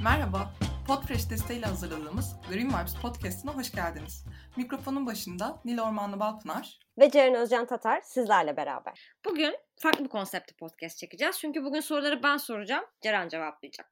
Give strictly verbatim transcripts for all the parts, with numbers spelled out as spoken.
Merhaba, Podfresh desteğiyle hazırladığımız Green Vibes Podcast'ına hoş geldiniz. Mikrofonun başında Nil Ormanlı Balpınar ve Ceren Özcan Tatar sizlerle beraber. Bugün farklı bir konseptli podcast çekeceğiz. Çünkü bugün soruları ben soracağım, Ceren cevaplayacak.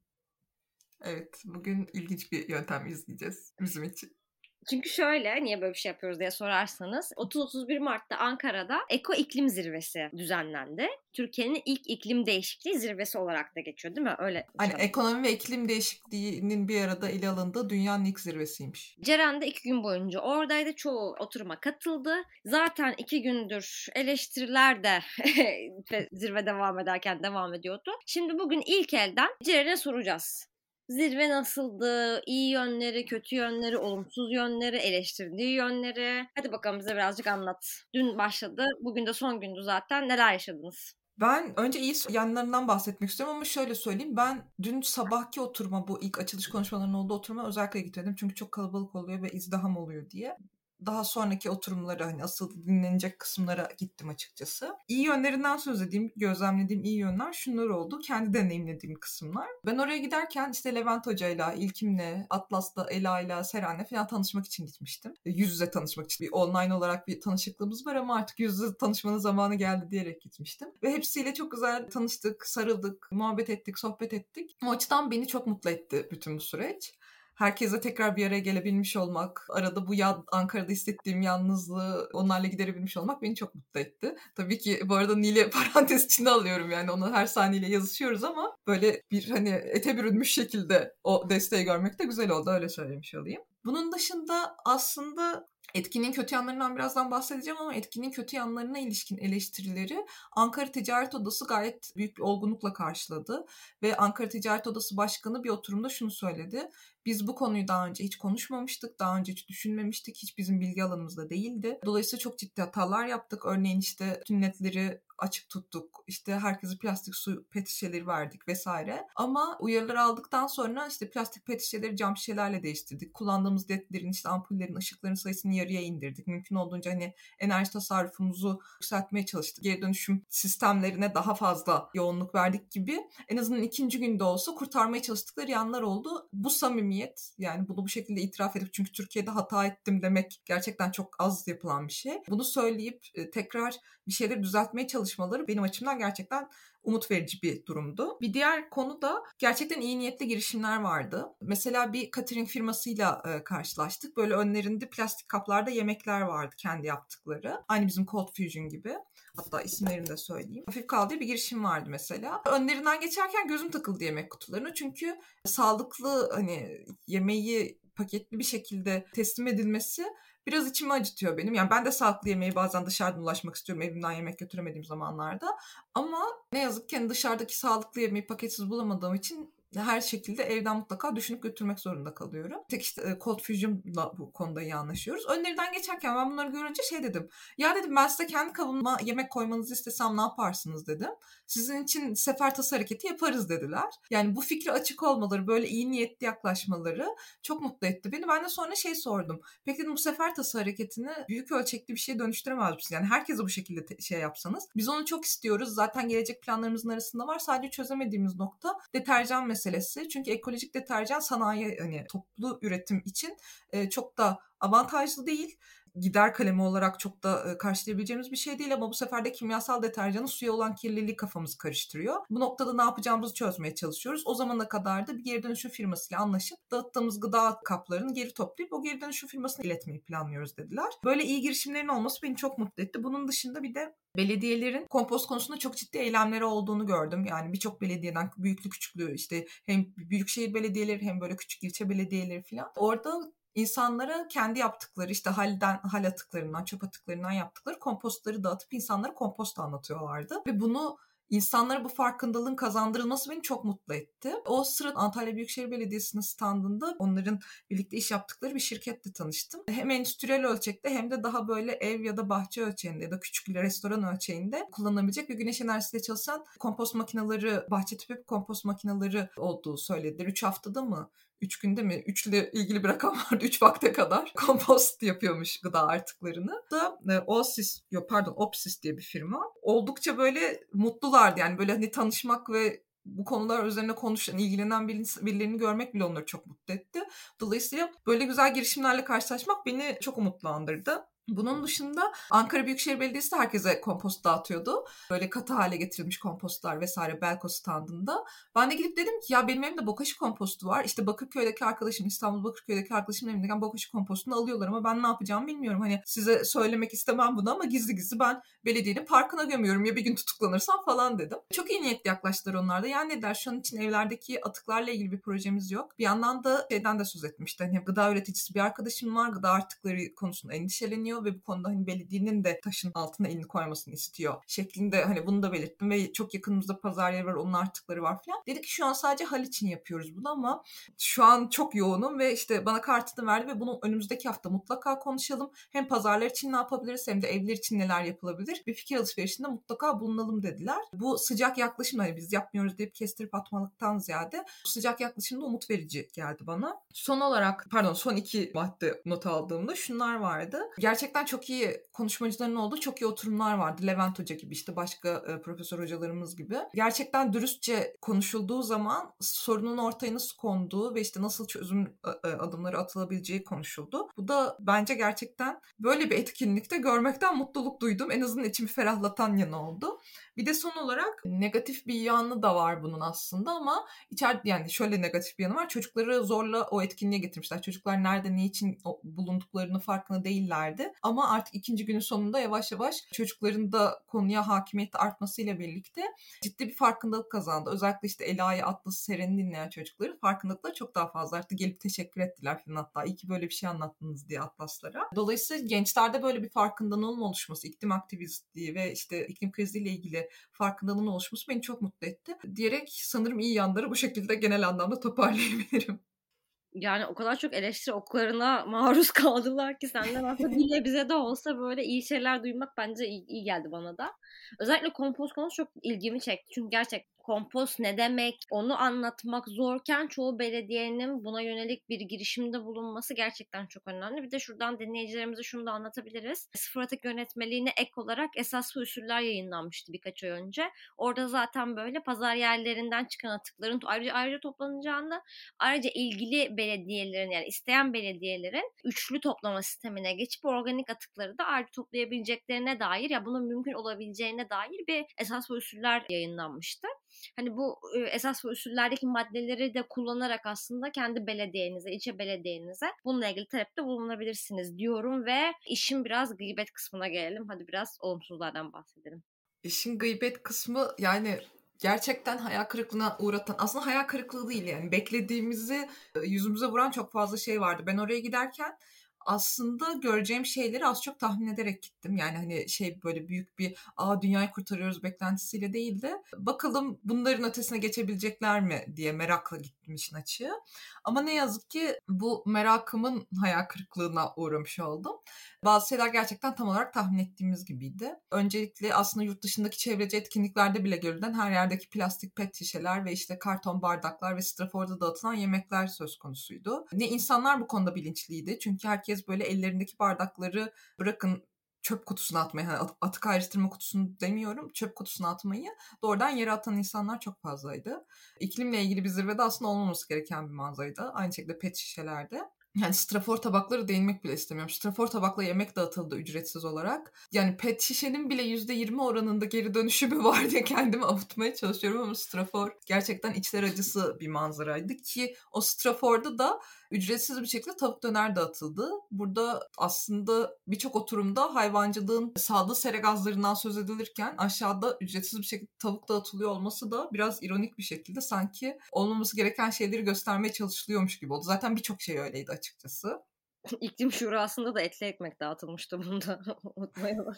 Evet, bugün ilginç bir yöntem izleyeceğiz bizim için. Çünkü şöyle, niye böyle bir şey yapıyoruz diye sorarsanız, otuz otuz bir Mart'ta Ankara'da Eko İklim Zirvesi düzenlendi. Türkiye'nin ilk iklim değişikliği zirvesi olarak da geçiyor, değil mi? Öyle. Hani ekonomi ve iklim değişikliğinin bir arada ele alındığı dünyanın ilk zirvesiymiş. Ceren de iki gün boyunca oradaydı. Çoğu oturuma katıldı. Zaten iki gündür eleştiriler de zirve devam ederken devam ediyordu. Şimdi bugün ilk elden Ceren'e soracağız. Zirve nasıldı? İyi yönleri, kötü yönleri, olumsuz yönleri, eleştirdiği yönleri. Hadi bakalım bize birazcık anlat. Dün başladı, bugün de son gündü zaten. Neler yaşadınız? Ben önce iyi yanlarından bahsetmek istiyorum ama şöyle söyleyeyim. Ben dün sabahki oturuma, bu ilk açılış konuşmalarının olduğu oturuma özellikle gitmedim. Çünkü çok kalabalık oluyor ve izdiham oluyor diye. Daha sonraki oturumlara, hani asıl dinlenecek kısımlara gittim açıkçası. İyi yönlerinden söz edeyim, gözlemlediğim iyi yönler şunlar oldu. Kendi deneyimlediğim kısımlar. Ben oraya giderken işte Levent Hoca'yla, İlkim'le, Atlas'la, Ela'yla, Seren'le falan tanışmak için gitmiştim. Yüz yüze tanışmak için. Bir online olarak bir tanışıklığımız var ama artık yüz yüze tanışmanın zamanı geldi diyerek gitmiştim. Ve hepsiyle çok güzel tanıştık, sarıldık, muhabbet ettik, sohbet ettik. O açıdan beni çok mutlu etti bütün bu süreç. Herkese tekrar bir araya gelebilmiş olmak, arada bu ya- Ankara'da hissettiğim yalnızlığı onlarla giderebilmiş olmak beni çok mutlu etti. Tabii ki bu arada Nil'i parantez içinde alıyorum, yani onu her saniyeyle yazışıyoruz ama böyle bir hani ete bürünmüş şekilde o desteği görmek de güzel oldu, öyle söylemiş olayım. Bunun dışında aslında etkinin kötü yanlarından birazdan bahsedeceğim ama etkinin kötü yanlarına ilişkin eleştirileri Ankara Ticaret Odası gayet büyük bir olgunlukla karşıladı. Ve Ankara Ticaret Odası Başkanı bir oturumda şunu söyledi. Biz bu konuyu daha önce hiç konuşmamıştık, daha önce hiç düşünmemiştik, hiç bizim bilgi alanımızda değildi. Dolayısıyla çok ciddi hatalar yaptık. Örneğin işte tünetleri açık tuttuk, işte herkese plastik su pet şişeleri verdik vesaire. Ama uyarıları aldıktan sonra işte plastik pet şişeleri cam şişelerle değiştirdik. Kullandığımız ledlerin, işte ampullerin, ışıkların sayısını yarıya indirdik. Mümkün olduğunca hani enerji tasarrufumuzu yükseltmeye çalıştık. Geri dönüşüm sistemlerine daha fazla yoğunluk verdik gibi. En azından ikinci günde olsa kurtarmaya çalıştıkları yanlar oldu. Bu samimiyet, yani bunu bu şekilde itiraf edip, çünkü Türkiye'de hata ettim demek gerçekten çok az yapılan bir şey. Bunu söyleyip tekrar bir şeyleri düzeltmeye çalışmaları benim açımdan gerçekten umut verici bir durumdu. Bir diğer konu da gerçekten iyi niyetli girişimler vardı. Mesela bir catering firmasıyla e, karşılaştık. Böyle önlerinde plastik kaplarda yemekler vardı, kendi yaptıkları. Aynı bizim Cold Fusion gibi. Hatta isimlerini de söyleyeyim. Hafif Kal diye bir girişim vardı mesela. Önlerinden geçerken gözüm takıldı yemek kutularına. Çünkü sağlıklı hani yemeği paketli bir şekilde teslim edilmesi biraz içimi acıtıyor benim. Yani ben de sağlıklı yemeği bazen dışarıdan ulaşmak istiyorum, evimden yemek götüremediğim zamanlarda. Ama ne yazık ki dışarıdaki sağlıklı yemeği paketsiz bulamadığım için her şekilde evden mutlaka düşünüp götürmek zorunda kalıyorum. Tek işte Cold Fusion'la bu konuda iyi anlaşıyoruz. Önlerinden geçerken ben bunları görünce şey dedim. Ya dedim, ben size kendi kabıma yemek koymanızı istesem ne yaparsınız dedim. Sizin için sefer tası hareketi yaparız dediler. Yani bu fikre açık olmaları, böyle iyi niyetli yaklaşmaları çok mutlu etti beni. Ben de sonra şey sordum. Peki dedim, bu sefer tası hareketini büyük ölçekli bir şeye dönüştüremez misiniz? Yani herkese bu şekilde te- şey yapsanız. Biz onu çok istiyoruz. Zaten gelecek planlarımızın arasında var. Sadece çözemediğimiz nokta deterjan meselesi. Çünkü ekolojik deterjan sanayi, hani toplu üretim için e, çok da avantajlı değil. Gider kalemi olarak çok da e, karşılayabileceğimiz bir şey değil ama bu sefer de kimyasal deterjanın suya olan kirliliği kafamızı karıştırıyor. Bu noktada ne yapacağımızı çözmeye çalışıyoruz. O zamana kadar da bir geri dönüşüm firmasıyla anlaşıp dağıttığımız gıda kaplarını geri toplayıp o geri dönüşüm firmasına iletmeyi planlıyoruz dediler. Böyle iyi girişimlerin olması beni çok mutlu etti. Bunun dışında bir de belediyelerin kompost konusunda çok ciddi eylemleri olduğunu gördüm. Yani birçok belediyeden, büyüklü küçüklü, işte hem büyükşehir belediyeleri hem böyle küçük ilçe belediyeleri falan. Orada İnsanlara kendi yaptıkları, işte halden, hal atıklarından, çöp atıklarından yaptıkları kompostları dağıtıp insanlara kompost anlatıyorlardı. Ve bunu insanlara bu farkındalığın kazandırılması beni çok mutlu etti. O sırada Antalya Büyükşehir Belediyesi'nin standında onların birlikte iş yaptıkları bir şirketle tanıştım. Hem endüstriyel ölçekte hem de daha böyle ev ya da bahçe ölçeğinde ya da küçük bir restoran ölçeğinde kullanabilecek ve güneş enerjisiyle çalışan kompost makineleri, bahçe tipi kompost makineleri olduğu söylediler. Üç haftada mı? Üç günde mi? Üçle ilgili bir rakam vardı. Üç vakte kadar kompost yapıyormuş gıda artıklarını. Da e, Oasis, yok pardon Opsis diye bir firma. Oldukça böyle mutlulardı. Yani böyle hani tanışmak ve bu konular üzerine konuşan, ilgilenen birilerini görmek bile onları çok mutlu etti. Dolayısıyla böyle güzel girişimlerle karşılaşmak beni çok umutlandırdı. Bunun dışında Ankara Büyükşehir Belediyesi de herkese kompost dağıtıyordu. Böyle katı hale getirilmiş kompostlar vesaire Belko standında. Ben de gidip dedim ki ya benim evimde bokashi kompostu var. İşte Bakırköy'deki arkadaşım, İstanbul Bakırköy'deki arkadaşımın evindeki bokashi kompostunu alıyorlar ama ben ne yapacağımı bilmiyorum. Hani size söylemek istemem bunu ama gizli gizli ben belediyenin parkına gömüyorum ya bir gün tutuklanırsam falan dedim. Çok iyi niyetli yaklaştılar onlar da. Yani dediler şu an için evlerdeki atıklarla ilgili bir projemiz yok. Bir yandan da şeyden de söz etmişti. Hani gıda üreticisi bir arkadaşım var. Gıda artıkları konusunda endişeleniyor ve bu konuda hani belediyenin de taşın altına elini koymasını istiyor şeklinde hani bunu da belirttim ve çok yakınımızda pazar yeri var, onun artıkları var falan. Dedik ki şu an sadece hal için yapıyoruz bunu ama şu an çok yoğunum ve işte bana kartını verdi ve bunu önümüzdeki hafta mutlaka konuşalım. Hem pazarlar için ne yapabiliriz hem de evler için neler yapılabilir. Bir fikir alışverişinde mutlaka bulunalım dediler. Bu sıcak yaklaşım hani biz yapmıyoruz deyip kestirip atmalıktan ziyade bu sıcak yaklaşımda umut verici geldi bana. Son olarak pardon son iki madde not aldığımda şunlar vardı. Gerçekten çok iyi konuşmacıların olduğu çok iyi oturumlar vardı. Levent Hoca gibi işte başka e, profesör hocalarımız gibi. Gerçekten dürüstçe konuşulduğu zaman sorunun ortaya nasıl konduğu ve işte nasıl çözüm e, adımları atılabileceği konuşuldu. Bu da bence gerçekten böyle bir etkinlikte görmekten mutluluk duydum. En azından içimi ferahlatan yanı oldu. Bir de son olarak negatif bir yanı da var bunun aslında ama içeride yani şöyle negatif bir yanı var. Çocukları zorla o etkinliğe getirmişler. Çocuklar nerede, ne için bulunduklarını farkında değillerdi. Ama artık ikinci günün sonunda yavaş yavaş çocukların da konuya hakimiyeti artmasıyla birlikte ciddi bir farkındalık kazandı. Özellikle işte Ela'yı, Atlas'ı, Seren'i dinleyen çocukların farkındalıkları çok daha fazla arttı. Gelip teşekkür ettiler falan hatta. İyi ki böyle bir şey anlattınız diye Atlas'lara. Dolayısıyla gençlerde böyle bir farkındalığın oluşması, iklim aktivistliği ve işte iklim kriziyle ilgili farkındalığın oluşması beni çok mutlu etti. Diyerek sanırım iyi yanları bu şekilde genel anlamda toparlayabilirim. Yani o kadar çok eleştiri oklarına maruz kaldılar ki senden aslında bile bize de olsa böyle iyi şeyler duymak bence iyi, iyi geldi bana da. Özellikle kompost konusu çok ilgimi çekti. Çünkü gerçekten kompost ne demek onu anlatmak zorken çoğu belediyenin buna yönelik bir girişimde bulunması gerçekten çok önemli. Bir de şuradan dinleyicilerimize şunu da anlatabiliriz. Sıfır atık yönetmeliğine ek olarak esas ve usuller yayınlanmıştı birkaç ay önce. Orada zaten böyle pazar yerlerinden çıkan atıkların ayrıca, ayrıca toplanacağını, ayrıca ilgili belediyelerin yani isteyen belediyelerin üçlü toplama sistemine geçip organik atıkları da ayrıca toplayabileceklerine dair ya bunun mümkün olabileceğine dair bir esas ve usuller yayınlanmıştı. Hani bu esas ve usullerdeki maddeleri de kullanarak aslında kendi belediyenize, ilçe belediyenize bununla ilgili talepte bulunabilirsiniz diyorum ve işin biraz gıybet kısmına gelelim. Hadi biraz olumsuzlardan bahsedelim. İşin gıybet kısmı yani gerçekten hayal kırıklığına uğratan, aslında hayal kırıklığı değil yani beklediğimizi yüzümüze vuran çok fazla şey vardı. Ben oraya giderken aslında göreceğim şeyleri az çok tahmin ederek gittim. Yani hani şey böyle büyük bir aa dünyayı kurtarıyoruz beklentisiyle değil de bakalım bunların ötesine geçebilecekler mi diye merakla gittim işin açığı. Ama ne yazık ki bu merakımın hayal kırıklığına uğramış oldum. Bazı şeyler gerçekten tam olarak tahmin ettiğimiz gibiydi. Öncelikle aslında yurt dışındaki çevreci etkinliklerde bile görülen her yerdeki plastik pet şişeler ve işte karton bardaklar ve straforda dağıtılan yemekler söz konusuydu. Ne insanlar bu konuda bilinçliydi. Çünkü herkes böyle ellerindeki bardakları bırakın çöp kutusuna atmayı, yani atık ayrıştırma kutusunu demiyorum, çöp kutusuna atmayı doğrudan yere atan insanlar çok fazlaydı. İklimle ilgili bir zirvede aslında olmaması gereken bir manzaraydı. Aynı şekilde pet şişelerde. Yani strafor tabakları değinmek bile istemiyorum. Strafor tabakla yemek dağıtıldı ücretsiz olarak. Yani pet şişenin bile yüzde yirmi oranında geri dönüşümü var diye kendimi avutmaya çalışıyorum ama strafor gerçekten içler acısı bir manzaraydı ki o straforda da ücretsiz bir şekilde tavuk döner dağıtıldı. Burada aslında birçok oturumda hayvancılığın saldığı sera gazlarından söz edilirken aşağıda ücretsiz bir şekilde tavuk dağıtılıyor olması da biraz ironik bir şekilde sanki olmaması gereken şeyleri göstermeye çalışılıyormuş gibi oldu. Zaten birçok şey öyleydi açıkçası. İklim Şurası'nda da etli ekmek dağıtılmıştı bunda. Unutmayalım.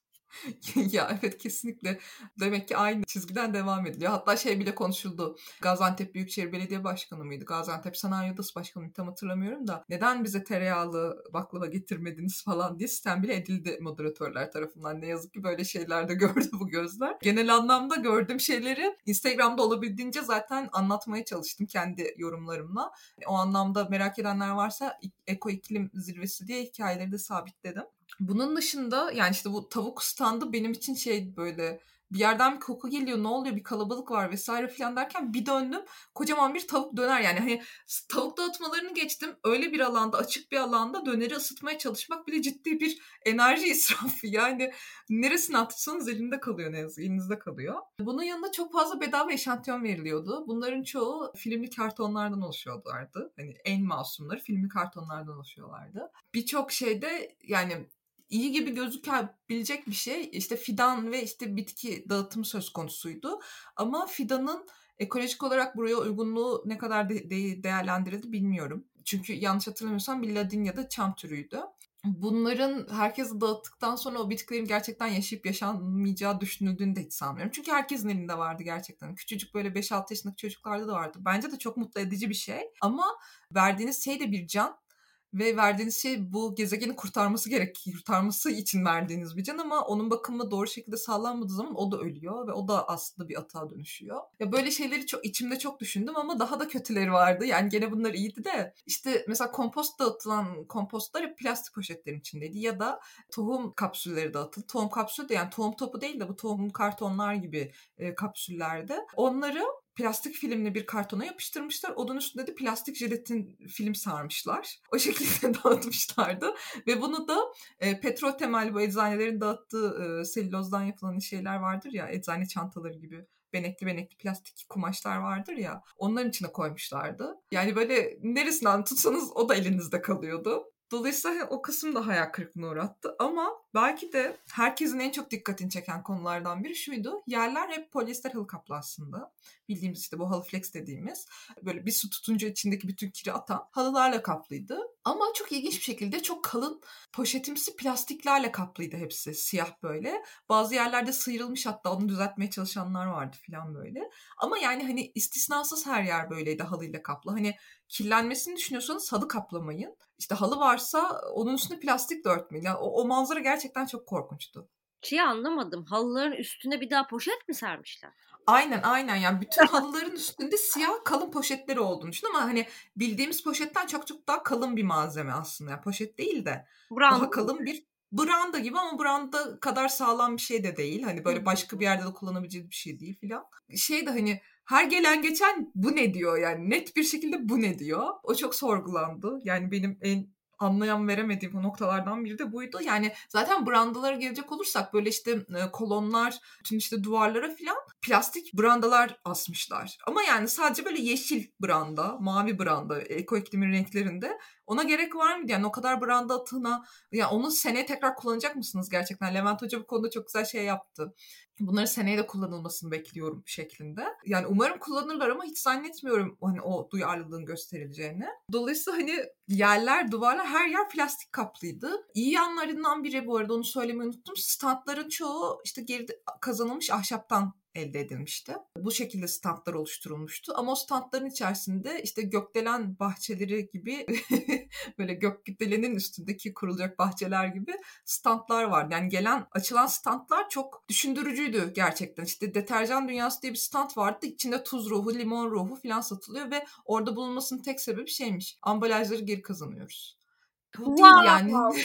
Ya evet kesinlikle. Demek ki aynı çizgiden devam ediliyor. Hatta şey bile konuşuldu. Gaziantep Büyükşehir Belediye Başkanı mıydı? Gaziantep Sanayi Odası Başkanı mıydı? Tam hatırlamıyorum da. Neden bize tereyağlı baklava getirmediniz falan diye sistem bile edildi moderatörler tarafından. Ne yazık ki böyle şeyler de gördü bu gözler. Genel anlamda gördüğüm şeyleri Instagram'da olabildiğince zaten anlatmaya çalıştım kendi yorumlarımla. O anlamda merak edenler varsa Eko İklim Zirvesi diye hikayeleri de sabitledim. Bunun dışında yani işte bu tavuk standı benim için şey böyle bir yerden bir koku geliyor, ne oluyor, bir kalabalık var vesaire falan derken bir döndüm, kocaman bir tavuk döner. Yani hani tavuk dağıtmalarını geçtim, öyle bir alanda, açık bir alanda döneri ısıtmaya çalışmak bile ciddi bir enerji israfı. Yani neresine atırsanız elinde kalıyor, ne yazık, elinizde kalıyor. Bunun yanında çok fazla bedava eşantiyon veriliyordu. Bunların çoğu filmli kartonlardan oluşuyorlardı. Hani en masumları filmli kartonlardan oluşuyorlardı. Birçok şeyde yani iyi gibi gözükebilecek bir şey işte fidan ve işte bitki dağıtımı söz konusuydu. Ama fidanın ekolojik olarak buraya uygunluğu ne kadar de- de- değerlendirildi bilmiyorum. Çünkü yanlış hatırlamıyorsam bir ladin ya da çam türüydü. Bunların herkese dağıttıktan sonra o bitkilerin gerçekten yaşayıp yaşanmayacağı düşünüldüğünü de hiç sanmıyorum. Çünkü herkesin elinde vardı gerçekten. Küçücük böyle beş altı yaşındaki çocuklarda da vardı. Bence de çok mutlu edici bir şey. Ama verdiğiniz şey de bir can. Ve verdiğiniz şey bu gezegeni kurtarması gerek, kurtarması için verdiğiniz bir can ama onun bakımı doğru şekilde sağlanmadığı zaman o da ölüyor ve o da aslında bir atığa dönüşüyor. Ya böyle şeyleri çok içimde çok düşündüm ama daha da kötüleri vardı. Yani gene bunlar iyiydi de işte mesela kompost dağıtılan kompostlar hep plastik poşetlerin içindeydi ya da tohum kapsülleri dağıtıldı. Tohum kapsülü de yani tohum topu değil de bu tohum kartonlar gibi e, kapsüllerde. Onları plastik filmli bir kartona yapıştırmışlar. Onun üstünde de plastik jelatin film sarmışlar. O şekilde dağıtmışlardı. Ve bunu da e, petrol temelli bu eczanelerin dağıttığı e, selülozdan yapılan şeyler vardır ya, eczane çantaları gibi. Benekli benekli plastik kumaşlar vardır ya. Onların içine koymuşlardı. Yani böyle neresinden tutsanız o da elinizde kalıyordu. Dolayısıyla o kısım da hayal kırıklığına uğrattı. Ama belki de herkesin en çok dikkatini çeken konulardan biri şuydu. Yerler hep polyester halı kaplı aslında. Bildiğimiz işte bu halı flex dediğimiz böyle bir su tutunca içindeki bütün kiri atan halılarla kaplıydı. Ama çok ilginç bir şekilde çok kalın poşetimsi plastiklerle kaplıydı hepsi, siyah böyle. Bazı yerlerde sıyrılmış, hatta onu düzeltmeye çalışanlar vardı falan böyle. Ama yani hani istisnasız her yer böyleydi halıyla kaplı. Hani kirlenmesini düşünüyorsanız halı kaplamayın. İşte halı varsa onun üstüne plastik de örtmeyin. Yani o, o manzara gerçekten çok korkunçtu. Şeyi anlamadım. Halıların üstüne bir daha poşet mi sermişler? Aynen aynen yani bütün halıların üstünde siyah kalın poşetleri olduğunu düşün ama hani bildiğimiz poşetten çok çok daha kalın bir malzeme aslında. Yani poşet değil de Branda. daha kalın bir branda gibi ama branda kadar sağlam bir şey de değil. Hani böyle başka bir yerde de kullanabileceğiniz bir şey değil filan. Şey de hani her gelen geçen bu ne diyor yani, net bir şekilde bu ne diyor. O çok sorgulandı. Yani benim en anlayan veremediğim o noktalardan biri de buydu. Yani zaten brandalara gelecek olursak böyle işte e, kolonlar, bütün işte duvarlara filan plastik brandalar asmışlar. Ama yani sadece böyle yeşil branda, mavi branda, eko iklimin renklerinde. Ona gerek var mıydı? Yani o kadar branda atığına, ya onu seneye tekrar kullanacak mısınız gerçekten? Levent Hoca bu konuda çok güzel şey yaptı. Bunları seneye de kullanılmasını bekliyorum şeklinde. Yani umarım kullanırlar ama hiç zannetmiyorum hani o duyarlılığın gösterileceğini. Dolayısıyla hani yerler, duvarlar, her yer plastik kaplıydı. İyi yanlarından biri, bu arada onu söylemeyi unuttum. Standların çoğu işte geri kazanılmış ahşaptan elde edilmişti. Bu şekilde standlar oluşturulmuştu. Ama o standların içerisinde işte gökdelen bahçeleri gibi böyle gökdelenin üstündeki kurulacak bahçeler gibi standlar vardı. Yani gelen açılan standlar çok düşündürücüydü gerçekten. İşte deterjan dünyası diye bir stand vardı. İçinde tuz ruhu, limon ruhu falan satılıyor ve orada bulunmasının tek sebebi şeymiş. Ambalajları geri kazanıyoruz. Bu değil yani. Wow.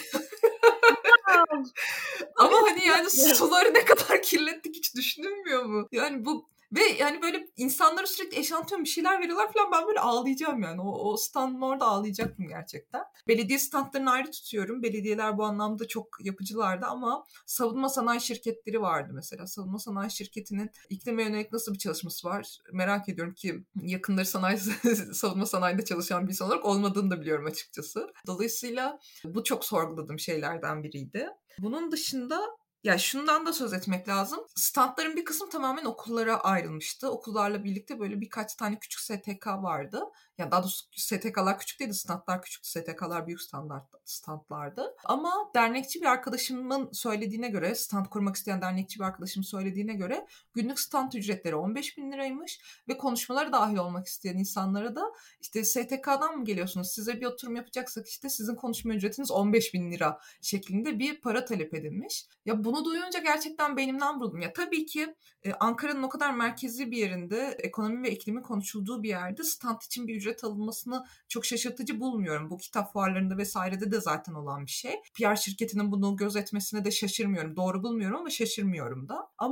Wow. Ama hani yani suları ne kadar kirlettik hiç düşünülmüyor mu? Yani bu ve yani böyle insanlara sürekli eşantiyon bir şeyler veriyorlar falan, ben böyle ağlayacağım yani. O, o standın orada ağlayacaktım gerçekten. Belediye standlarını ayrı tutuyorum. Belediyeler bu anlamda çok yapıcılardı ama savunma sanayi şirketleri vardı mesela. Savunma sanayi şirketinin iklime yönelik nasıl bir çalışması var? Merak ediyorum ki yakınları sanayi, savunma sanayinde çalışan bir insan olarak olmadığını da biliyorum açıkçası. Dolayısıyla bu çok sorguladığım şeylerden biriydi. Bunun dışında ya şundan da söz etmek lazım. Standların bir kısmı tamamen okullara ayrılmıştı. Okullarla birlikte böyle birkaç tane küçük S T K vardı. Ya daha doğrusu S T K'lar küçük değildi, standlar küçüktü. S T K'lar büyük standart, standlardı. Ama dernekçi bir arkadaşımın söylediğine göre, stand kurmak isteyen dernekçi bir arkadaşımın söylediğine göre günlük stand ücretleri on beş bin liraymış ve konuşmalara dahil olmak isteyen insanlara da işte S T K'dan mı geliyorsunuz? Size bir oturum yapacaksak işte sizin konuşma ücretiniz on beş bin lira şeklinde bir para talep edilmiş. Ya bunu duyunca gerçekten beynimden vuruldum. Ya tabii ki e, Ankara'nın o kadar merkezi bir yerinde, ekonomi ve iklimi konuşulduğu bir yerde stand için bir ücret alınmasını çok şaşırtıcı bulmuyorum. Bu kitap fuarlarında vesairede de zaten olan bir şey. P R şirketinin bunu gözetmesine de şaşırmıyorum. Doğru bulmuyorum ama şaşırmıyorum da. Ama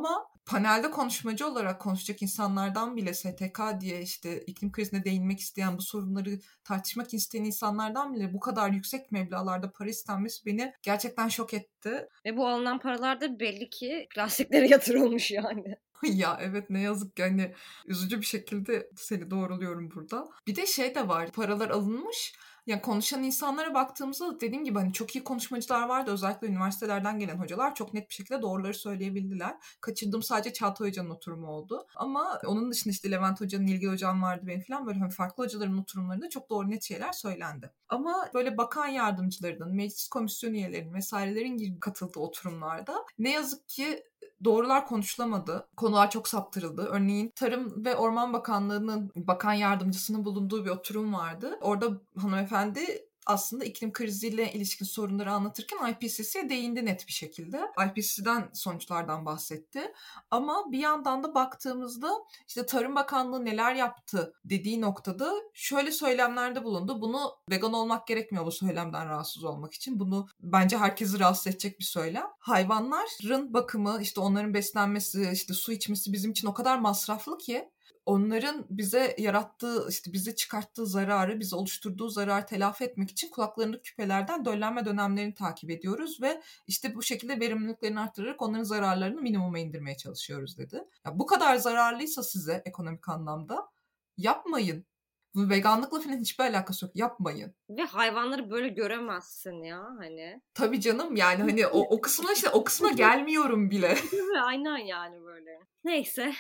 panelde konuşmacı olarak konuşacak insanlardan bile S T K diye işte iklim krizine değinmek isteyen, bu sorunları tartışmak isteyen insanlardan bile bu kadar yüksek meblağlarda para istenmesi beni gerçekten şok etti. Ve bu alınan paralar da belli ki klasiklere yatırılmış yani. Ya evet, ne yazık ki hani üzücü bir şekilde seni doğruluyorum burada. Bir de şey de var, paralar alınmış. Yani konuşan insanlara baktığımızda dediğim gibi hani çok iyi konuşmacılar vardı. Özellikle üniversitelerden gelen hocalar çok net bir şekilde doğruları söyleyebildiler. Kaçırdığım sadece Çağatay Hoca'nın oturumu oldu. Ama onun dışında işte Levent Hoca'nın, İlgi Hocam vardı benim falan, böyle hani farklı hocaların oturumlarında çok doğru net şeyler söylendi. Ama böyle bakan yardımcılarının, meclis komisyon üyelerinin vesairelerin gibi katıldığı oturumlarda ne yazık ki doğrular konuşulamadı. Konular çok saptırıldı. Örneğin Tarım ve Orman Bakanlığı'nın bakan yardımcısının bulunduğu bir oturum vardı. Orada hanımefendi aslında iklim kriziyle ilişkin sorunları anlatırken I P C C'ye değindi net bir şekilde. I P C C'den, sonuçlardan bahsetti. Ama bir yandan da baktığımızda işte Tarım Bakanlığı neler yaptı dediği noktada şöyle söylemlerde bulundu. Bunu vegan olmak gerekmiyor bu söylemden rahatsız olmak için. Bunu bence herkesi rahatsız edecek bir söylem. Hayvanların bakımı, işte onların beslenmesi, işte su içmesi bizim için o kadar masraflı ki onların bize yarattığı, işte bize çıkarttığı zararı, bize oluşturduğu zararı telafi etmek için kulaklarındaki küpelerden döllenme dönemlerini takip ediyoruz ve işte bu şekilde verimliliklerini arttırarak onların zararlarını minimuma indirmeye çalışıyoruz dedi. Ya bu kadar zararlıysa size ekonomik anlamda yapmayın. Bu veganlıkla falan hiçbir alakası yok. Yapmayın. Ve hayvanları böyle göremezsin ya hani. Tabii canım, yani hani o, o kısmına işte o kısma gelmiyorum bile. Tabii aynen yani böyle. Neyse.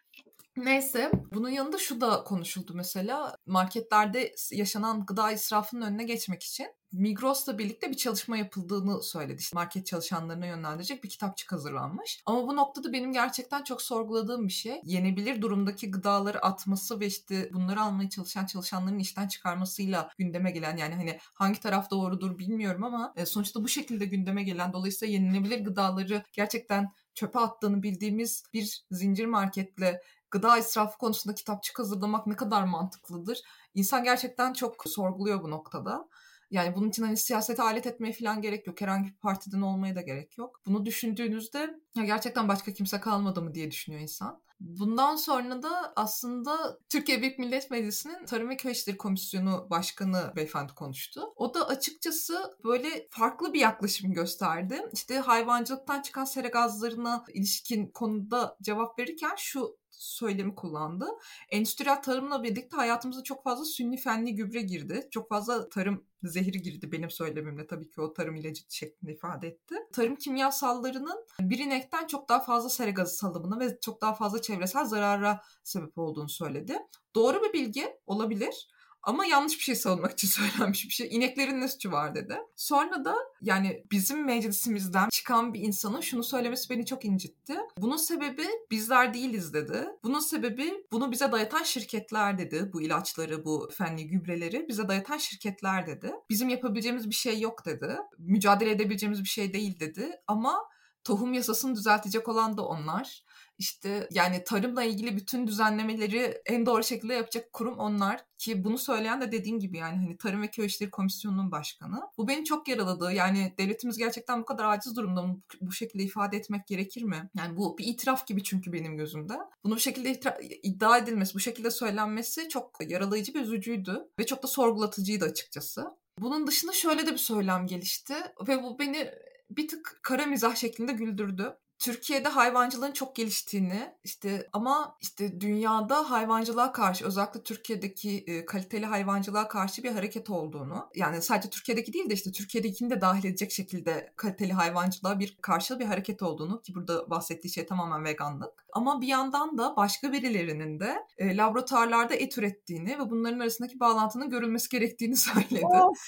Neyse, bunun yanında şu da konuşuldu mesela. Marketlerde yaşanan gıda israfının önüne geçmek için Migros'la birlikte bir çalışma yapıldığını söyledi. İşte market çalışanlarına yönlendirecek bir kitapçık hazırlanmış. Ama bu noktada benim gerçekten çok sorguladığım bir şey, yenebilir durumdaki gıdaları atması ve işte bunları almaya çalışan çalışanların işten çıkarmasıyla gündeme gelen, yani hani hangi taraf doğrudur bilmiyorum ama sonuçta bu şekilde gündeme gelen, dolayısıyla yenilebilir gıdaları gerçekten çöpe attığını bildiğimiz bir zincir marketle gıda israfı konusunda kitapçık hazırlamak ne kadar mantıklıdır? İnsan gerçekten çok sorguluyor bu noktada. Yani bunun için hani siyasete alet etmeye falan gerek yok. Herhangi bir partiden olmaya da gerek yok. Bunu düşündüğünüzde ya gerçekten başka kimse kalmadı mı diye düşünüyor insan. Bundan sonra da aslında Türkiye Büyük Millet Meclisi'nin Tarım ve Köy İşleri Komisyonu Başkanı beyefendi konuştu. O da açıkçası böyle farklı bir yaklaşım gösterdi. İşte hayvancılıktan çıkan sera gazlarına ilişkin konuda cevap verirken şu söylemi kullandı. Endüstriyel tarımla birlikte hayatımıza çok fazla sünni fenli gübre girdi. Çok fazla tarım zehri girdi, benim söylemimle tabii ki o tarım ilacı şeklinde ifade etti. Tarım kimyasallarının bir inekten çok daha fazla sera gazı salımına ve çok daha fazla çevresel zarara sebep olduğunu söyledi. Doğru bir bilgi olabilir. Ama yanlış bir şey savunmak için söylenmiş bir şey. İneklerin ne suçu var dedi. Sonra da yani bizim meclisimizden çıkan bir insanın şunu söylemesi beni çok incitti. Bunun sebebi bizler değiliz dedi. Bunun sebebi bunu bize dayatan şirketler dedi. Bu ilaçları, bu fenli gübreleri bize dayatan şirketler dedi. Bizim yapabileceğimiz bir şey yok dedi. Mücadele edebileceğimiz bir şey değil dedi. Ama tohum yasasını düzeltecek olan da onlar. İşte yani tarımla ilgili bütün düzenlemeleri en doğru şekilde yapacak kurum onlar, ki bunu söyleyen de dediğim gibi yani hani Tarım ve Köy İşleri Komisyonu'nun başkanı. Bu beni çok yaraladı. Yani devletimiz gerçekten bu kadar aciz durumda mı? Bu şekilde ifade etmek gerekir mi? Yani bu bir itiraf gibi çünkü benim gözümde. Bunu bu şekilde itira- iddia edilmesi, bu şekilde söylenmesi çok yaralayıcı ve üzücüydü. Ve çok da sorgulatıcıydı açıkçası. Bunun dışında şöyle de bir söylem gelişti ve bu beni bir tık kara mizah şeklinde güldürdü. Türkiye'de hayvancılığın çok geliştiğini, işte ama işte dünyada hayvancılığa karşı, özellikle Türkiye'deki e, kaliteli hayvancılığa karşı bir hareket olduğunu, yani sadece Türkiye'deki değil de işte Türkiye'dekini de dahil edecek şekilde kaliteli hayvancılığa bir karşı bir hareket olduğunu, ki burada bahsettiği şey tamamen veganlık. Ama bir yandan da başka birilerinin de e, laboratuvarlarda et ürettiğini ve bunların arasındaki bağlantının görülmesi gerektiğini söyledi. Of.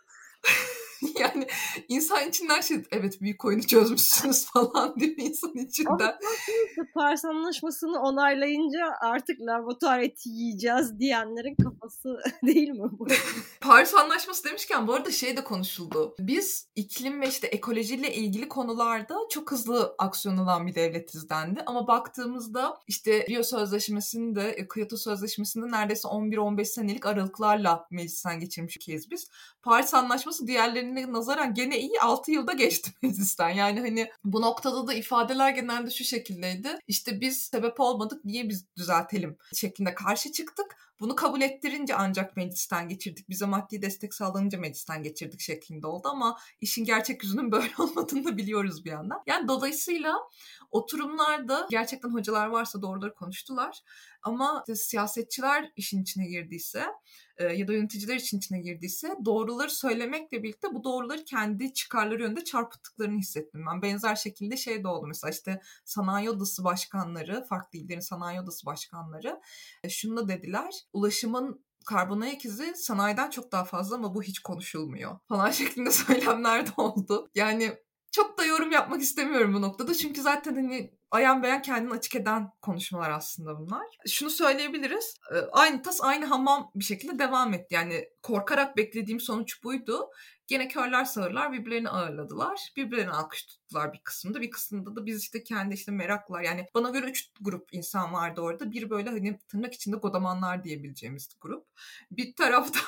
Yani insan içinden şey, evet büyük oyunu çözmüşsünüz falan diyor insan içinden. Ama Paris Anlaşması'nı onaylayınca artık laboratuvar eti yiyeceğiz diyenlerin kafası değil mi bu? Paris Anlaşması demişken bu arada şey de konuşuldu. Biz iklim ve işte ekolojiyle ilgili konularda çok hızlı aksiyon alan bir devletiz dendi. Ama baktığımızda işte Rio Sözleşmesi'nde, Kyoto Sözleşmesi'nde neredeyse on bir on beş senelik aralıklarla meclisten geçirmiş ülkeyiz biz. Paris Anlaşması diğerlerinin dönemine nazaran gene iyi, altı yılda geçti meclisten. Yani hani bu noktada da ifadeler genelde şu şekildeydi. İşte biz sebep olmadık, niye biz düzeltelim şeklinde karşı çıktık. Bunu kabul ettirince ancak meclisten geçirdik. Bize maddi destek sağlanınca meclisten geçirdik şeklinde oldu ama işin gerçek yüzünün böyle olmadığını da biliyoruz bir yandan. Yani dolayısıyla oturumlarda gerçekten hocalar varsa doğruları konuştular. Ama işte siyasetçiler işin içine girdiyse e, ya da yöneticiler işin içine girdiyse doğruları söylemekle birlikte bu doğruları kendi çıkarları yönünde çarpıttıklarını hissettim ben. Benzer şekilde şey de oldu mesela işte sanayi odası başkanları, farklı illerin sanayi odası başkanları e, şunu da dediler. Ulaşımın karbon ayak izi sanayiden çok daha fazla ama bu hiç konuşulmuyor falan şeklinde söylemler de oldu. Yani çok da yorum yapmak istemiyorum bu noktada. Çünkü zaten hani ayan beyan kendini açık eden konuşmalar aslında bunlar. Şunu söyleyebiliriz. Aynı tas aynı hamam bir şekilde devam etti. Yani korkarak beklediğim sonuç buydu. Gene körler sağırlar birbirlerini ağırladılar. Birbirlerini alkış tuttular bir kısmında. Bir kısmında da biz işte kendi işte meraklar. Yani bana göre üç grup insan vardı orada. Bir böyle hani tırnak içinde godamanlar diyebileceğimiz grup. Bir tarafta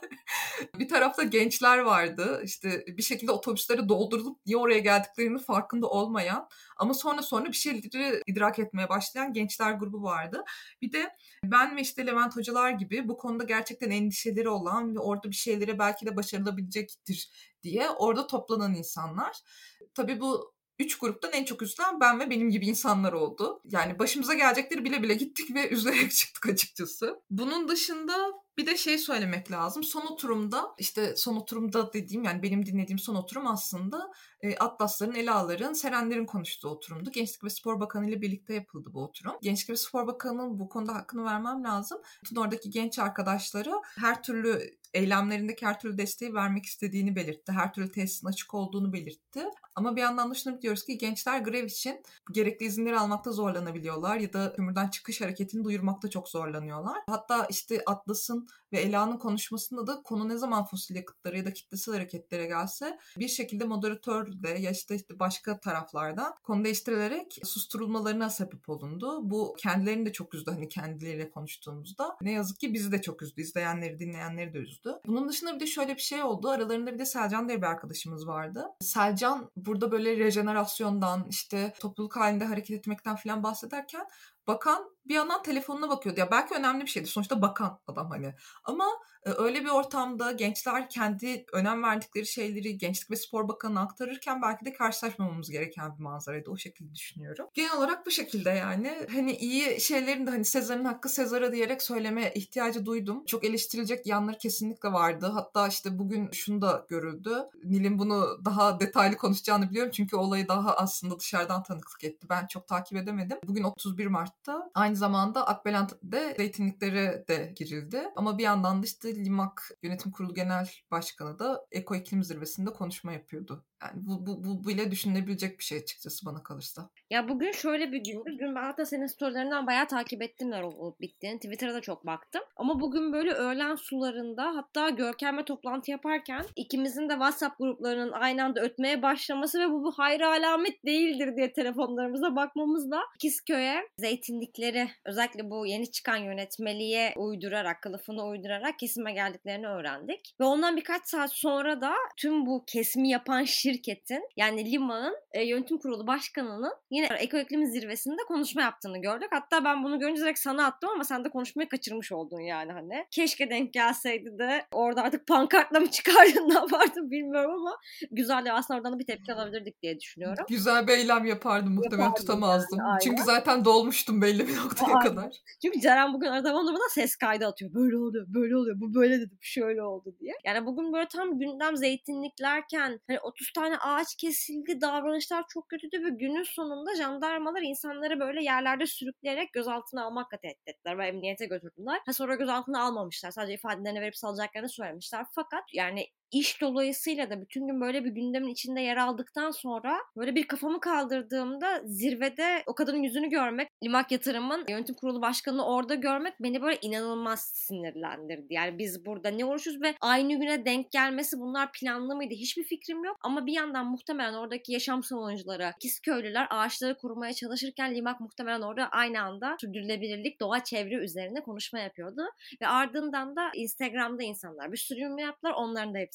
bir tarafta gençler vardı. İşte bir şekilde otobüsleri doldurulup niye oraya geldiklerinin farkında olmayan ama sonra sonra bir şeyleri idrak etmeye başlayan gençler grubu vardı. Bir de ben ve işte Levent hocalar gibi bu konuda gerçekten endişeleri olan ve orada bir şeylere belki de başarılabilecektir diye orada toplanan insanlar. Tabii bu üç gruptan en çok üzülen ben ve benim gibi insanlar oldu. Yani başımıza gelecekleri bile bile gittik ve üzülerek çıktık açıkçası. Bunun dışında bir de şey söylemek lazım. Son oturumda işte son oturumda dediğim yani benim dinlediğim son oturum aslında e, Atlasların, Elaların, Serenler'in konuştuğu oturumdu. Gençlik ve Spor Bakanı ile birlikte yapıldı bu oturum. Gençlik ve Spor Bakanı'nın bu konuda hakkını vermem lazım. Bütün oradaki genç arkadaşlara her türlü eylemlerindeki her türlü desteği vermek istediğini belirtti. Her türlü tesisin açık olduğunu belirtti. Ama bir yandan da şunu biliyoruz ki gençler grev için gerekli izinleri almakta zorlanabiliyorlar ya da kömürden çıkış hareketini duyurmakta çok zorlanıyorlar. Hatta işte Atlas'ın ve Ela'nın konuşmasında da konu ne zaman fosil yakıtlara ya da kitlesel hareketlere gelse bir şekilde moderatör de ya işte, işte başka taraflardan konu değiştirilerek susturulmalarına sebep olundu. Bu kendilerini de çok üzdü hani kendileriyle konuştuğumuzda. Ne yazık ki bizi de çok üzdü. İzleyenleri, dinleyenleri de üzdü. Bunun dışında bir de şöyle bir şey oldu. Aralarında bir de Selcan diye bir arkadaşımız vardı. Selcan burada böyle rejenerasyondan işte topluluk halinde hareket etmekten falan bahsederken bakan bir yandan telefonuna bakıyordu. Ya belki önemli bir şeydi. Sonuçta bakan adam hani. Ama e, öyle bir ortamda gençler kendi önem verdikleri şeyleri Gençlik ve Spor Bakanı'na aktarırken belki de karşılaşmamamız gereken bir manzaraydı. O şekilde düşünüyorum. Genel olarak bu şekilde yani. Hani iyi şeylerin de hani Sezar'ın hakkı Sezar'a diyerek söyleme ihtiyacı duydum. Çok eleştirilecek yanları kesinlikle vardı. Hatta işte bugün şunu da görüldü. Nil'in bunu daha detaylı konuşacağını biliyorum. Çünkü olayı daha aslında dışarıdan tanıklık etti. Ben çok takip edemedim. Bugün otuz bir Mart'ta aynı zamanda Akbelent'te zeytinliklere de girildi. Ama bir yandan da işte Limak Yönetim Kurulu Genel Başkanı da Eko İklim Zirvesi'nde konuşma yapıyordu. Yani bu, bu, bu bile düşünülebilecek bir şey açıkçası bana kalırsa. Ya bugün şöyle bir gündü. Dün ben hatta senin storylerinden bayağı takip ettim ne olup bittiğini. Twitter'da da çok baktım. Ama bugün böyle öğlen sularında hatta Görkem'le toplantı yaparken ikimizin de WhatsApp gruplarının aynı anda ötmeye başlaması ve bu, bu hayra alamet değildir diye telefonlarımıza bakmamızla İkizköy'e zeytinlikleri özellikle bu yeni çıkan yönetmeliğe uydurarak, kılıfını uydurarak kesime geldiklerini öğrendik. Ve ondan birkaç saat sonra da tüm bu kesimi yapan şirketin yani Limak'ın e, yönetim kurulu başkanının yine Eko İklim Zirvesi'nde konuşma yaptığını gördük. Hatta ben bunu görünce direkt sana attım ama sen de konuşmayı kaçırmış oldun yani hani. Keşke denk gelseydi de orada artık pankartla mı çıkardın ne yapardın bilmiyorum ama güzel de aslında oradan da bir tepki alabilirdik diye düşünüyorum. Güzel bir eylem yapardım muhtemelen yapardım tutamazdım. Yani, çünkü zaten dolmuştum belli bir noktaya aynen. kadar. Çünkü Ceren bugün arada bana ses kaydı atıyor. Böyle oluyor, böyle oluyor, bu böyle dedi, bu şöyle oldu diye. Yani bugün böyle tam gündem zeytinliklerken hani otuz tane ağaç kesildi, davranışlar çok kötüydü ve günün sonunda jandarmalar insanları böyle yerlerde sürükleyerek gözaltına almakla tehdit ettiler ve emniyete götürdüler. Ha, sonra gözaltına almamışlar. Sadece ifadelerini verip salacaklarını söylemişler. Fakat yani İş dolayısıyla da bütün gün böyle bir gündemin içinde yer aldıktan sonra böyle bir kafamı kaldırdığımda zirvede o kadının yüzünü görmek, Limak Yatırım'ın yönetim kurulu başkanını orada görmek beni böyle inanılmaz sinirlendirdi. Yani biz burada ne uğraşıyoruz ve aynı güne denk gelmesi bunlar planlı mıydı hiçbir fikrim yok. Ama bir yandan muhtemelen oradaki yaşam savunucuları, İkizköylüler ağaçları korumaya çalışırken Limak muhtemelen orada aynı anda sürdürülebilirlik, doğa, çevre üzerine konuşma yapıyordu. Ve ardından da Instagram'da insanlar bir sürü yorum yaptılar. Onların da hepsi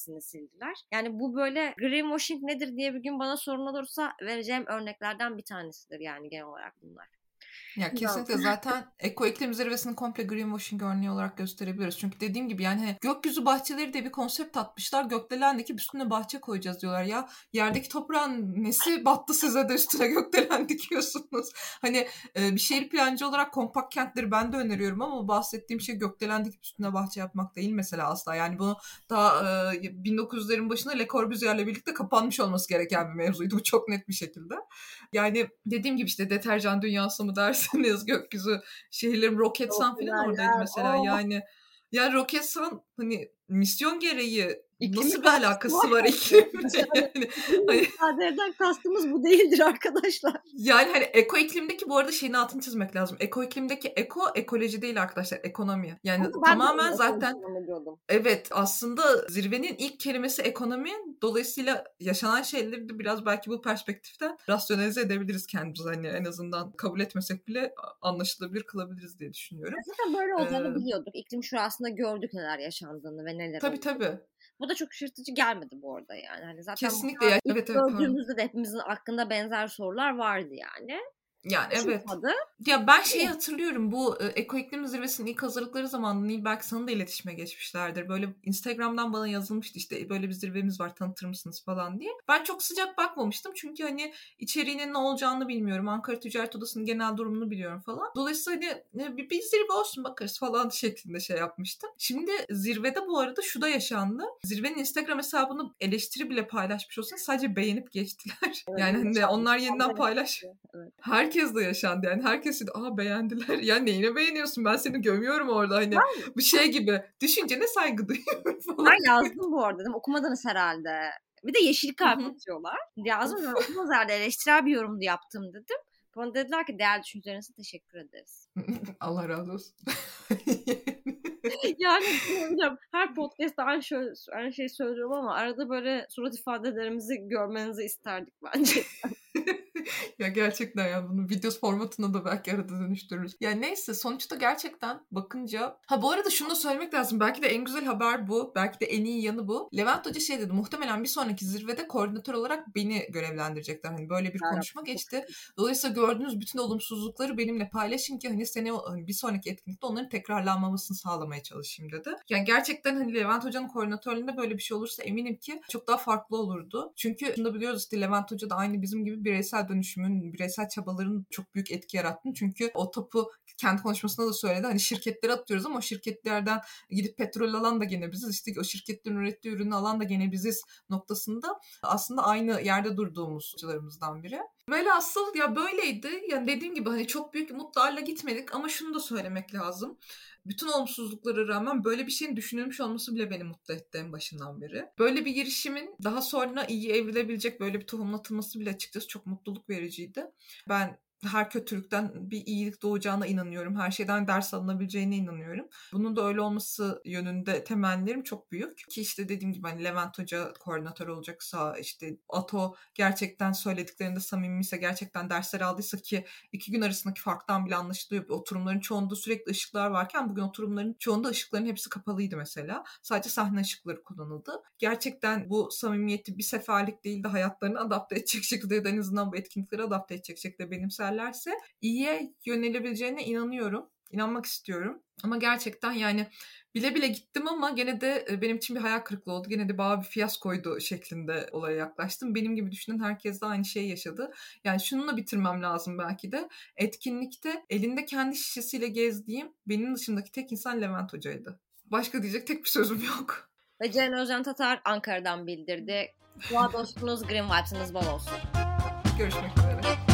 hepsini sildiler. Yani bu böyle greenwashing nedir diye bir gün bana sorun olursa vereceğim örneklerden bir tanesidir yani genel olarak bunlar. Ya kesinlikle zaten Eko İklim Zirvesi'ni komple greenwashing örneği olarak gösterebiliriz. Çünkü dediğim gibi yani gökyüzü bahçeleri diye bir konsept atmışlar. Gökdelen'deki üstüne bahçe koyacağız diyorlar. Ya yerdeki toprağın nesi battı size de üstüne gökdelen dikiyorsunuz. Hani bir şehir plancı olarak kompakt kentleri ben de öneriyorum ama bahsettiğim şey gökdelen dikip üstüne bahçe yapmak değil mesela asla. Yani bunu daha bin dokuz yüzlerin başında Le Corbusier'le birlikte kapanmış olması gereken bir mevzuydu. Bu çok net bir şekilde. Yani dediğim gibi işte deterjan dünyası mı dersin? Gökyüzü şehirlerim Roketsan falan oradaydı mesela. Oh. Yani ya Roketsan hani misyon gereği İklimi nasıl bir alakası var iklimle? Yani, hani, kastımız bu değildir arkadaşlar. Yani hani eko iklimdeki bu arada şeyin altını çizmek lazım. Eko iklimdeki eko ekoloji değil arkadaşlar, ekonomi. Yani ama tamamen zaten evet aslında zirvenin ilk kelimesi ekonomi. Dolayısıyla yaşanan şeyleri de biraz belki bu perspektiften rasyonalize edebiliriz kendimiz. Hani en azından kabul etmesek bile anlaşılabilir kılabiliriz diye düşünüyorum. Zaten böyle olacağını ee, biliyorduk. İklim şurasında gördük neler yaşandığını ve neler Tabii olduğunu. tabii. Bu da çok şaşırtıcı gelmedi bu arada yani. Hani zaten kesinlikle ya. ilk evet, gördüğümüzde evet, de hepimizin aklında benzer sorular vardı yani. Yani evet. Çıkmadı. Ya ben şeyi hatırlıyorum bu e, Eko İklim Zirvesi'nin ilk hazırlıkları zamanında Nil belki sana da iletişime geçmişlerdir. Böyle Instagram'dan bana yazılmıştı işte böyle bir zirvemiz var tanıtır mısınız falan diye. Ben çok sıcak bakmamıştım çünkü hani içeriğinin ne olacağını bilmiyorum. Ankara Ticaret Odası'nın genel durumunu biliyorum falan. Dolayısıyla hani bir, bir zirve olsun bakarız falan şeklinde şey yapmıştım. Şimdi zirvede bu arada şu da yaşandı. Zirvenin Instagram hesabını eleştiri bile paylaşmış olsun sadece beğenip geçtiler. Evet, yani hani onlar yeniden paylaş. Evet. Herkes de yaşandı yani. Herkes de aha beğendiler. Ya neyine beğeniyorsun? Ben seni gömüyorum orada. Hani bu şey gibi. Düşüncene saygı duyuyorum falan. Ben yazdım bu arada dedim. Okumadınız herhalde. Bir de yeşil kalp atıyorlar. Yazdım ben okumaz herhalde. Eleştirel bir yorum da yaptım dedim. Bana dediler ki değerli düşünceleriniz için teşekkür ederiz. Allah razı olsun. Yani bilmiyorum. Her podcast'ta aynı, şöyle, aynı şeyi söylüyorum ama arada böyle surat ifadelerimizi görmenizi isterdik bence. Ya gerçekten ya bunu video formatına da belki arada dönüştürürüz. Ya neyse sonuçta gerçekten bakınca... Ha bu arada şunu da söylemek lazım. Belki de en güzel haber bu. Belki de en iyi yanı bu. Levent Hoca şey dedi. Muhtemelen bir sonraki zirvede koordinatör olarak beni görevlendirecekler. Hani böyle bir evet, konuşma geçti. Dolayısıyla gördüğünüz bütün olumsuzlukları benimle paylaşın ki hani sene hani bir sonraki etkinlikte onların tekrarlanmamasını sağlamaya çalışayım dedi. Yani gerçekten hani Levent Hoca'nın koordinatörlüğünde böyle bir şey olursa eminim ki çok daha farklı olurdu. Çünkü şunu da biliyoruz işte Levent Hoca da aynı bizim gibi bireysel dönüşümün, bireysel çabaların çok büyük etki yarattığını. Çünkü o topu kendi konuşmasında da söyledi. Hani şirketlere atıyoruz ama o şirketlerden gidip petrol alan da gene biziz. İşte o şirketlerin ürettiği ürünü alan da gene biziz noktasında aslında aynı yerde durduğumuz hocalarımızdan biri. Velhasıl ya böyleydi. Yani dediğim gibi hani çok büyük umutlarla gitmedik ama şunu da söylemek lazım. Bütün olumsuzluklara rağmen böyle bir şeyin düşünülmüş olması bile beni mutlu etti en başından beri. Böyle bir girişimin daha sonra iyi evrilebilecek böyle bir tohumun atılması bile açıkçası çok mutluluk vericiydi. Ben her kötülükten bir iyilik doğacağına inanıyorum. Her şeyden ders alınabileceğine inanıyorum. Bunun da öyle olması yönünde temennilerim çok büyük. Ki işte dediğim gibi hani Levent Hoca koordinatör olacaksa, işte Ato gerçekten söylediklerinde samimiyse, gerçekten dersler aldıysa ki iki gün arasındaki farktan bile anlaşılıyor. Oturumların çoğunda sürekli ışıklar varken bugün oturumların çoğunda ışıkların hepsi kapalıydı mesela. Sadece sahne ışıkları kullanıldı. Gerçekten bu samimiyeti bir seferlik değil de hayatlarını adapte edecek şekilde ya da en azından bu etkinlikleri adapte edecek şekilde benimser lerse iyiye yönelebileceğine inanıyorum. İnanmak istiyorum. Ama gerçekten yani bile bile gittim ama gene de benim için bir hayal kırıklığı oldu. Gene de bana bir fiyaskoydu şeklinde olaya yaklaştım. Benim gibi düşünen herkes de aynı şeyi yaşadı. Yani şununla bitirmem lazım belki de. Etkinlikte elinde kendi şişesiyle gezdiğim benim dışındaki tek insan Levent Hoca'ydı. Başka diyecek tek bir sözüm yok. Ve Ceren Özcan Tatar Ankara'dan bildirdi. Doğa dostunuz, Green Vibes'ınız bol olsun. Görüşmek üzere.